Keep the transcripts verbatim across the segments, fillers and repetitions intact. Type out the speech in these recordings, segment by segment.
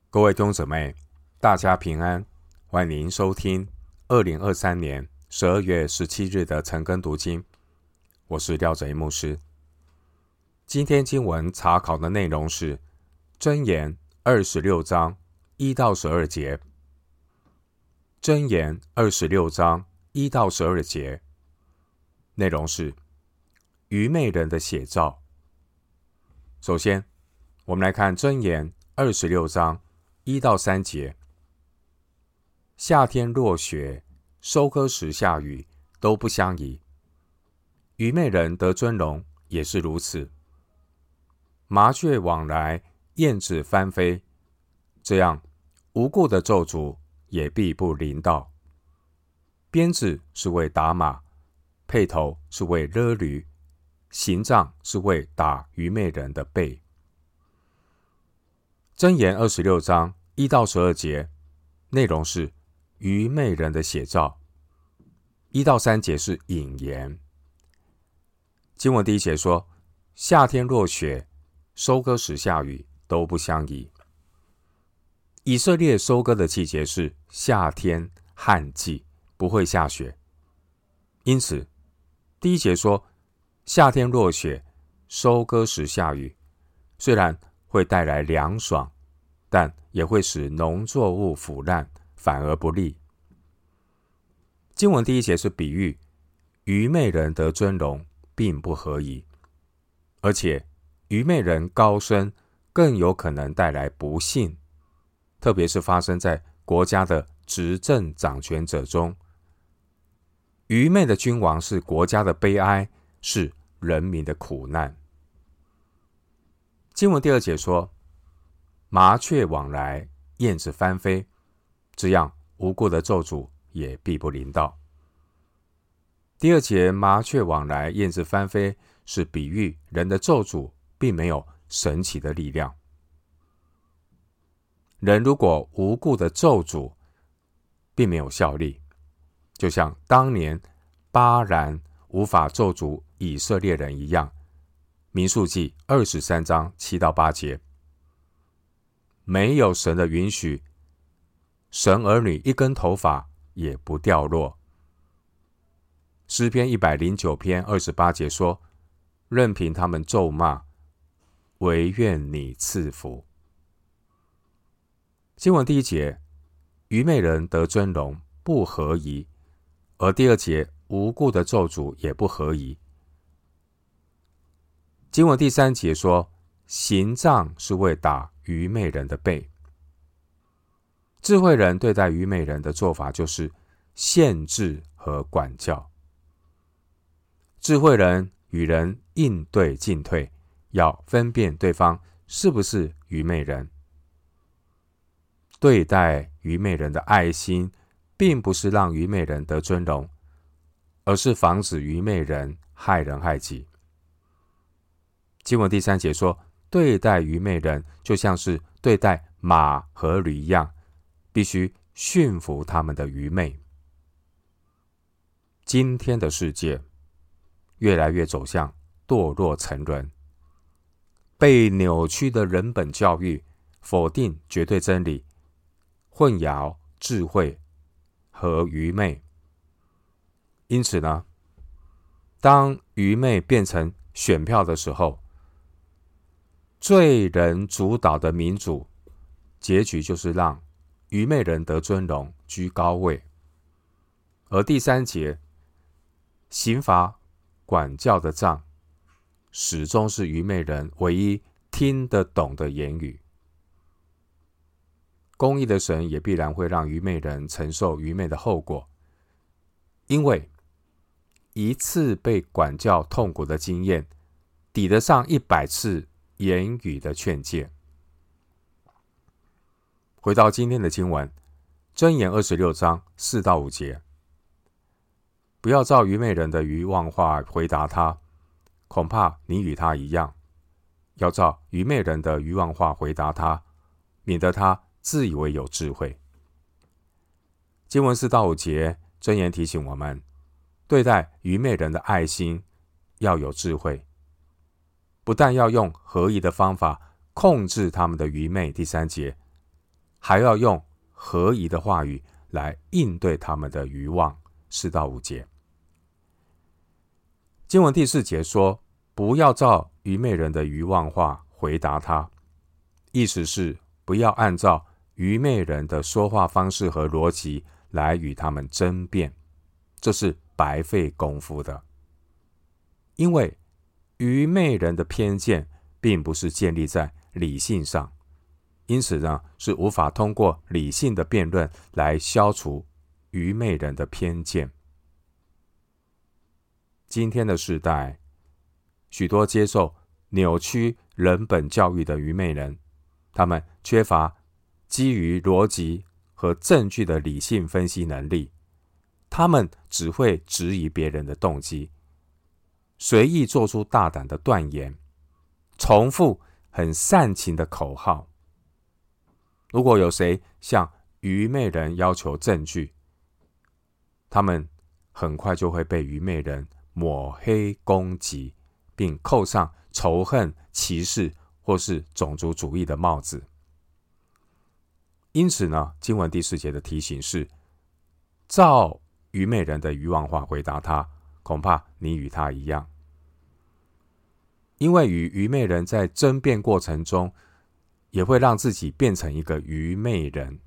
各位弟兄姊妹，大家平安，欢迎收听二零二三年十二月十七日的晨更读经。我是廖哲一牧师。今天经文查考的内容是箴言二十六章一到十二节。箴言二十六章一到十二节，内容是愚昧人的写照。首先，我们来看箴言二十六章一到三节。夏天落雪，收割时下雨，都不相宜。愚昧人得尊荣，也是如此。麻雀往来，燕子翻飞，这样无故的咒诅也必不临到。鞭子是为打马，辔头是为勒驴，刑杖是为打愚昧人的背。箴言二十六章一到十二节，内容是愚昧人的写照。一到三节是引言。经文第一节说，夏天落雪，收割时下雨，都不相宜。以色列收割的季节是夏天旱季，不会下雪。因此，第一节说，夏天落雪，收割时下雨，虽然会带来凉爽，但也会使农作物腐烂，反而不利。经文第一节是比喻愚昧人得尊荣并不合宜，而且愚昧人高升更有可能带来不幸，特别是发生在国家的执政掌权者中。愚昧的君王是国家的悲哀，是人民的苦难。经文第二节说，麻雀往来，燕子翻飞，这样无故的咒诅也必不临到。第二节麻雀往来，燕子翻飞，是比喻人的咒诅并没有神奇的力量。人如果无故的咒诅，并没有效力，就像当年巴兰无法咒诅以色列人一样。民数记二十三章七到八节，没有神的允许，神儿女一根头发也不掉落。诗篇一百零九篇二十八节说，任凭他们咒骂，惟愿你赐福。经文第一节，愚昧人得尊荣不合宜，而第二节无故的咒诅也不合宜。经文第三节说，刑杖是为打愚昧人的背。智慧人对待愚昧人的做法就是限制和管教。智慧人与人应对进退，要分辨对方是不是愚昧人。对待愚昧人的爱心，并不是让愚昧人得尊荣，而是防止愚昧人害人害己。经文第三节说，对待愚昧人就像是对待马和驴一样，必须驯服他们的愚昧。今天的世界越来越走向堕落沉沦，被扭曲的人本教育否定绝对真理，混淆智慧和愚昧。因此呢，当愚昧变成选票的时候，罪人主导的民主，结局就是让愚昧人得尊荣，居高位。而第三节，刑罚管教的杖，始终是愚昧人唯一听得懂的言语。公义的神也必然会让愚昧人承受愚昧的后果，因为一次被管教痛苦的经验，抵得上一百次言语的劝诫。回到今天的经文，箴言二十六章四到五节，不要照愚昧人的愚妄话回答他，恐怕你与他一样；要照愚昧人的愚妄话回答他，免得他自以为有智慧。经文四到五节，箴言提醒我们，对待愚昧人的爱心要有智慧，不但要用合宜的方法控制他们的愚昧。第三节， 还要用合宜的话语来应对他们的愚妄。四到五节，经文第四节说，不要照愚昧人的愚妄话回答他，意思是不要按照愚昧人的说话方式和逻辑来与他们争辩，这是白费功夫的。因为愚昧人的偏见并不是建立在理性上，因此呢，是无法通过理性的辩论来消除愚昧人的偏见。今天的时代，许多接受扭曲人本教育的愚昧人，他们缺乏基于逻辑和证据的理性分析能力，他们只会质疑别人的动机，随意做出大胆的断言，重复很煽情的口号。如果有谁向愚昧人要求证据，他们很快就会被愚昧人抹黑攻击，并扣上仇恨、歧视或是种族主义的帽子。因此呢，经文第四节的提醒是，照愚昧人的愚妄话回答他，恐怕你与他一样。因为与愚昧人在争辩过程中，也会让自己变成一个愚昧人。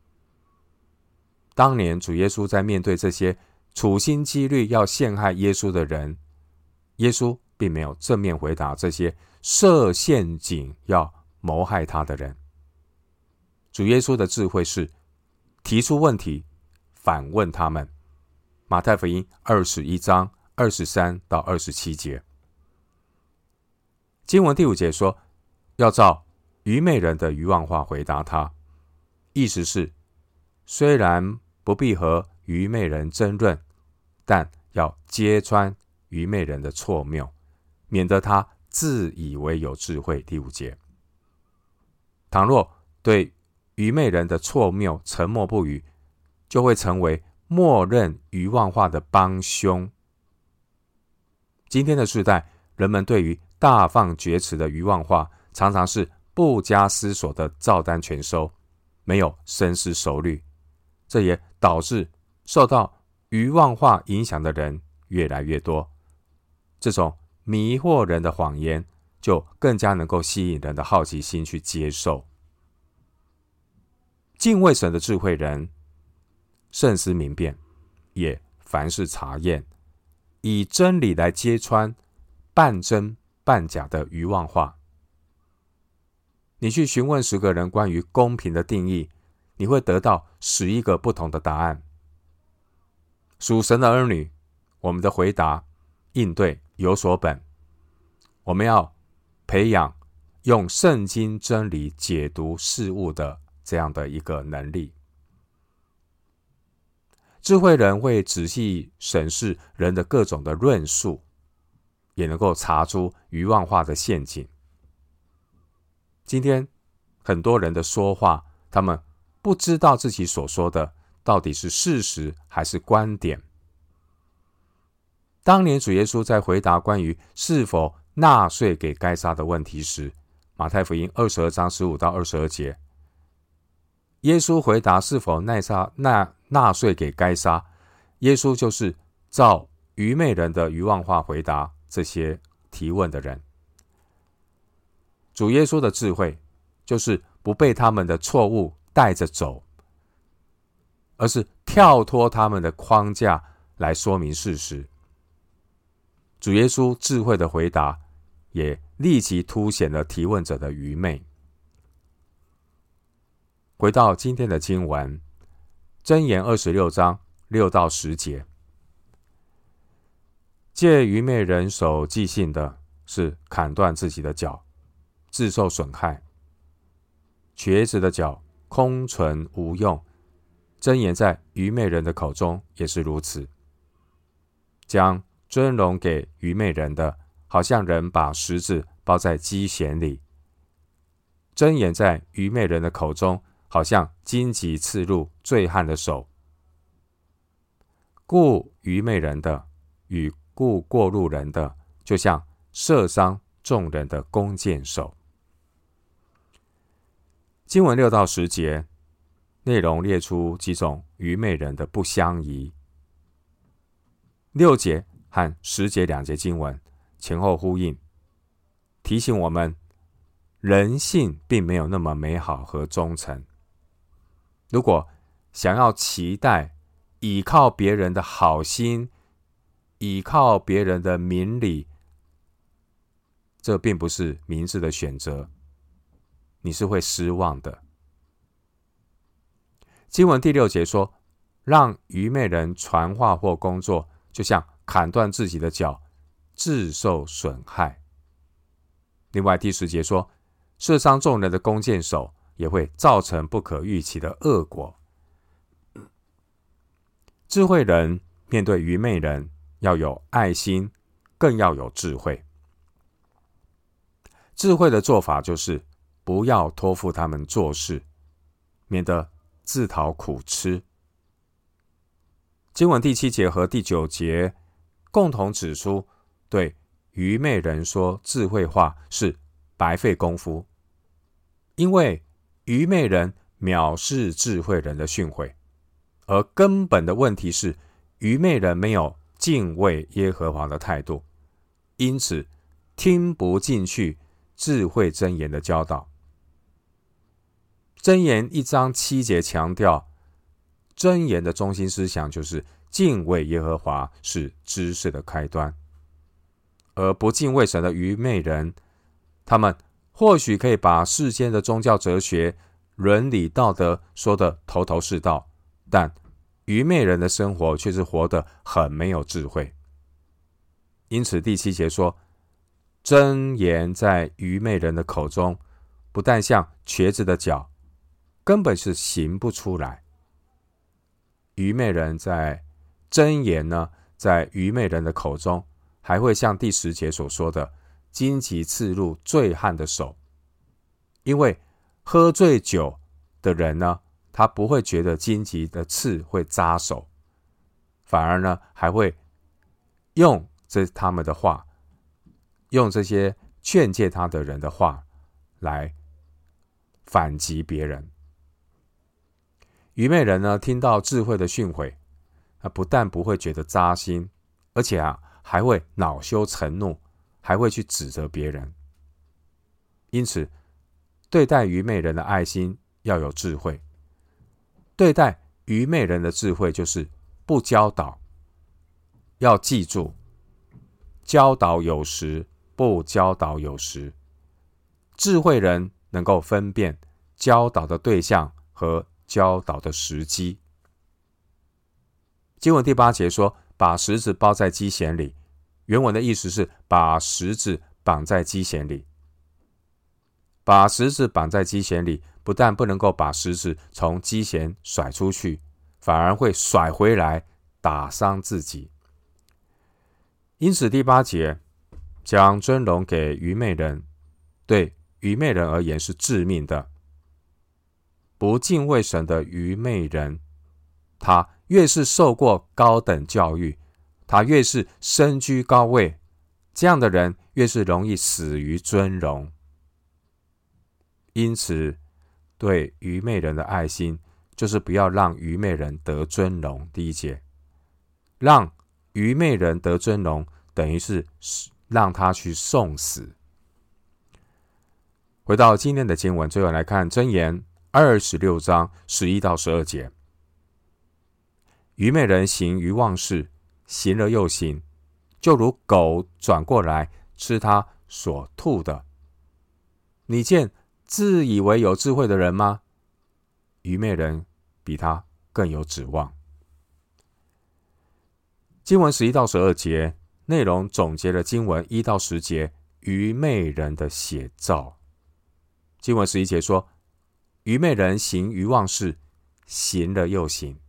当年主耶稣在面对这些处心积虑要陷害耶稣的人，耶稣并没有正面回答这些设陷阱要谋害他的人。主耶稣的智慧是提出问题，反问他们。马太福音二十一章二十三到二十七节。经文第五节说，要照愚昧人的愚妄话回答他，意思是虽然不必和愚昧人争论，但要揭穿愚昧人的错谬，免得他自以为有智慧。第五节，倘若对愚昧人的错谬沉默不语，就会成为默认愚妄话的帮凶。今天的世代，人们对于大放厥词的愚妄话，常常是不加思索的照单全收，没有深思熟虑。这也导致受到愚妄话影响的人越来越多。这种迷惑人的谎言，就更加能够吸引人的好奇心去接受。敬畏神的智慧人，慎思明辨，也凡事查验，以真理来揭穿半真半假的愚妄话。你去询问十个人关于公平的定义，你会得到十一个不同的答案。属神的儿女，我们的回答应对有所本，我们要培养用圣经真理解读事物的这样的一个能力。智慧人会仔细审视人的各种的论述，也能够查出愚妄话的陷阱。今天很多人的说话，他们不知道自己所说的到底是事实还是观点。当年主耶稣在回答关于是否纳税给该撒的问题时，马太福音二十二章十五到二十二节，耶稣回答是否纳撒纳纳税给该撒，耶稣就是照愚昧人的愚妄话回答这些提问的人。主耶稣的智慧就是不被他们的错误带着走，而是跳脱他们的框架来说明事实。主耶稣智慧的回答也立即凸显了提问者的愚昧。回到今天的经文，箴言二十六章六到十节，借愚昧人手寄信的，是砍断自己的脚，自受损害。瘸子的脚空存无用，箴言在愚昧人的口中也是如此。将尊荣给愚昧人的，好像人把石子包在鸡弦里。箴言在愚昧人的口中，好像荆棘刺入醉汉的手。顾愚昧人的与顾过路人的，就像射伤众人的弓箭手。经文六到十节内容列出几种愚昧人的不相宜。六节和十节两节经文前后呼应，提醒我们人性并没有那么美好和忠诚。如果想要期待倚靠别人的好心，倚靠别人的明理，这并不是明智的选择，你是会失望的。经文第六节说，让愚昧人传话或工作，就像砍断自己的脚，自受损害。另外第十节说，射伤众人的弓箭手也会造成不可预期的恶果。智慧人面对愚昧人要有爱心，更要有智慧。智慧的做法就是不要托付他们做事，免得自讨苦吃。经文第七节和第九节共同指出，对愚昧人说智慧话是白费功夫，因为愚昧人藐视智慧人的训诲，而根本的问题是愚昧人没有敬畏耶和华的态度，因此听不进去智慧箴言的教导。箴言一章七节强调，箴言的中心思想就是敬畏耶和华是知识的开端。而不敬畏神的愚昧人，他们或许可以把世间的宗教哲学、伦理道德说得头头是道，但愚昧人的生活却是活得很没有智慧。因此第七节说，箴言在愚昧人的口中，不但像瘸子的脚，根本是行不出来。愚昧人在箴言呢，在愚昧人的口中，还会像第十节所说的，荆棘刺入醉汉的手。因为喝醉酒的人呢，他不会觉得荆棘的刺会扎手，反而呢，还会用这他们的话，用这些劝诫他的人的话来反击别人。愚昧人呢，听到智慧的训诲，他不但不会觉得扎心，而且啊，还会恼羞成怒，还会去指责别人。因此，对待愚昧人的爱心要有智慧。对待愚昧人的智慧就是不教导。要记住，教导有时，不教导有时。智慧人能够分辨教导的对象和教导的时机。经文第八节说，把石子包在机弦里，原文的意思是把石子绑在机弦里。把石子绑在机弦里，不但不能够把石子从机弦甩出去，反而会甩回来，打伤自己。因此第八节将尊荣给愚昧人，对愚昧人而言是致命的。不敬畏神的愚昧人，他越是受过高等教育，他越是身居高位，这样的人越是容易死于尊荣。因此对愚昧人的爱心，就是不要让愚昧人得尊荣。第一节，让愚昧人得尊荣，等于是让他去送死。回到今天的经文，最后来看箴言二十六章十一到十二节。愚昧人行愚妄事，行了又行，就如狗转过来吃他所吐的。你见自以为有智慧的人吗？愚昧人比他更有指望。经文十一到十二节内容总结了经文一到十节愚昧人的写照。经文十一节说，愚昧人行愚妄事，行了又行。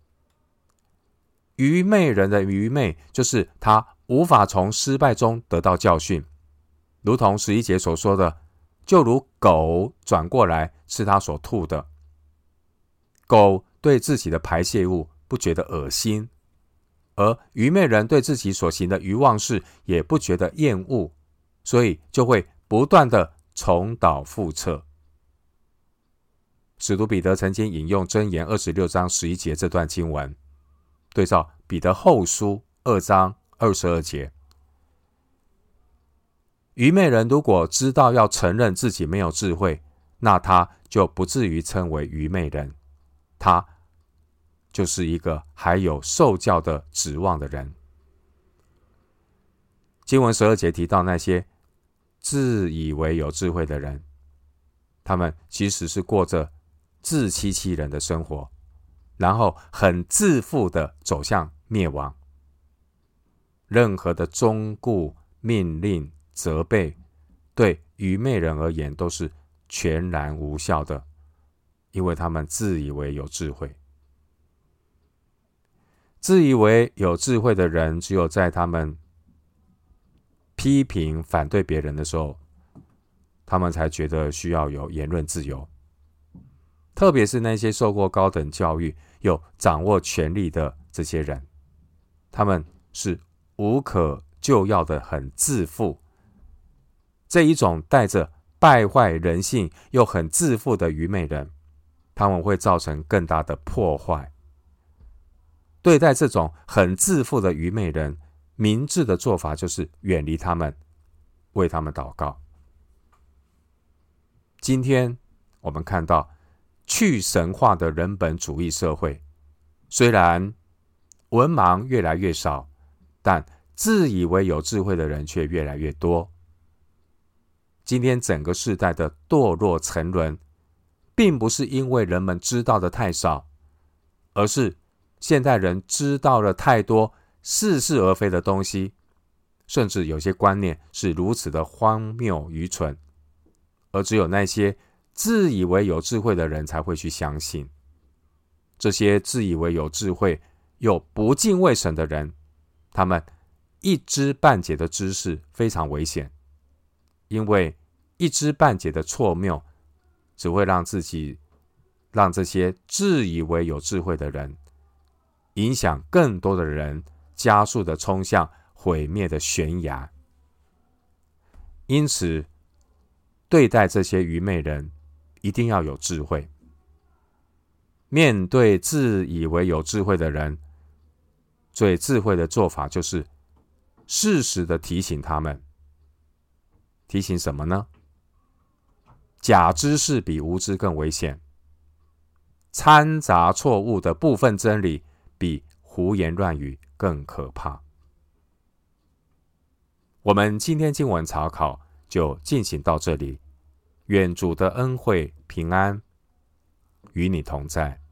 愚昧人的愚昧，就是他无法从失败中得到教训，如同十一节所说的，就如狗转过来吃他所吐的。狗对自己的排泄物不觉得恶心，而愚昧人对自己所行的愚妄事也不觉得厌恶，所以就会不断的重蹈覆辙。 使徒彼得曾经引用箴言二十六章十一节这段经文，对照彼得后书二章二十二节。愚昧人如果知道要承认自己没有智慧，那他就不至于称为愚昧人，他就是一个还有受教的指望的人。经文十二节提到那些自以为有智慧的人，他们其实是过着自欺欺人的生活，然后很自负的走向灭亡。任何的忠告、命令、责备，对愚昧人而言都是全然无效的，因为他们自以为有智慧。自以为有智慧的人，只有在他们批评、反对别人的时候，他们才觉得需要有言论自由。特别是那些受过高等教育、又掌握权力的这些人，他们是无可救药的很自负。这一种带着败坏人性又很自负的愚昧人，他们会造成更大的破坏。对待这种很自负的愚昧人，明智的做法就是远离他们，为他们祷告。今天我们看到去神化的人本主义社会，虽然文盲越来越少，但自以为有智慧的人却越来越多。今天整个世代的堕落沉沦，并不是因为人们知道的太少，而是现代人知道了太多似是而非的东西，甚至有些观念是如此的荒谬愚蠢，而只有那些自以为有智慧的人才会去相信。这些自以为有智慧又不敬畏神的人，他们一知半解的知识非常危险，因为一知半解的错谬只会让自己让这些自以为有智慧的人影响更多的人，加速的冲向毁灭的悬崖。因此对待这些愚昧人一定要有智慧。面对自以为有智慧的人，最智慧的做法就是适时的提醒他们。提醒什么呢？假知识比无知更危险，掺杂错误的部分真理比胡言乱语更可怕。我们今天经文查考就进行到这里，愿主的恩惠平安与你同在。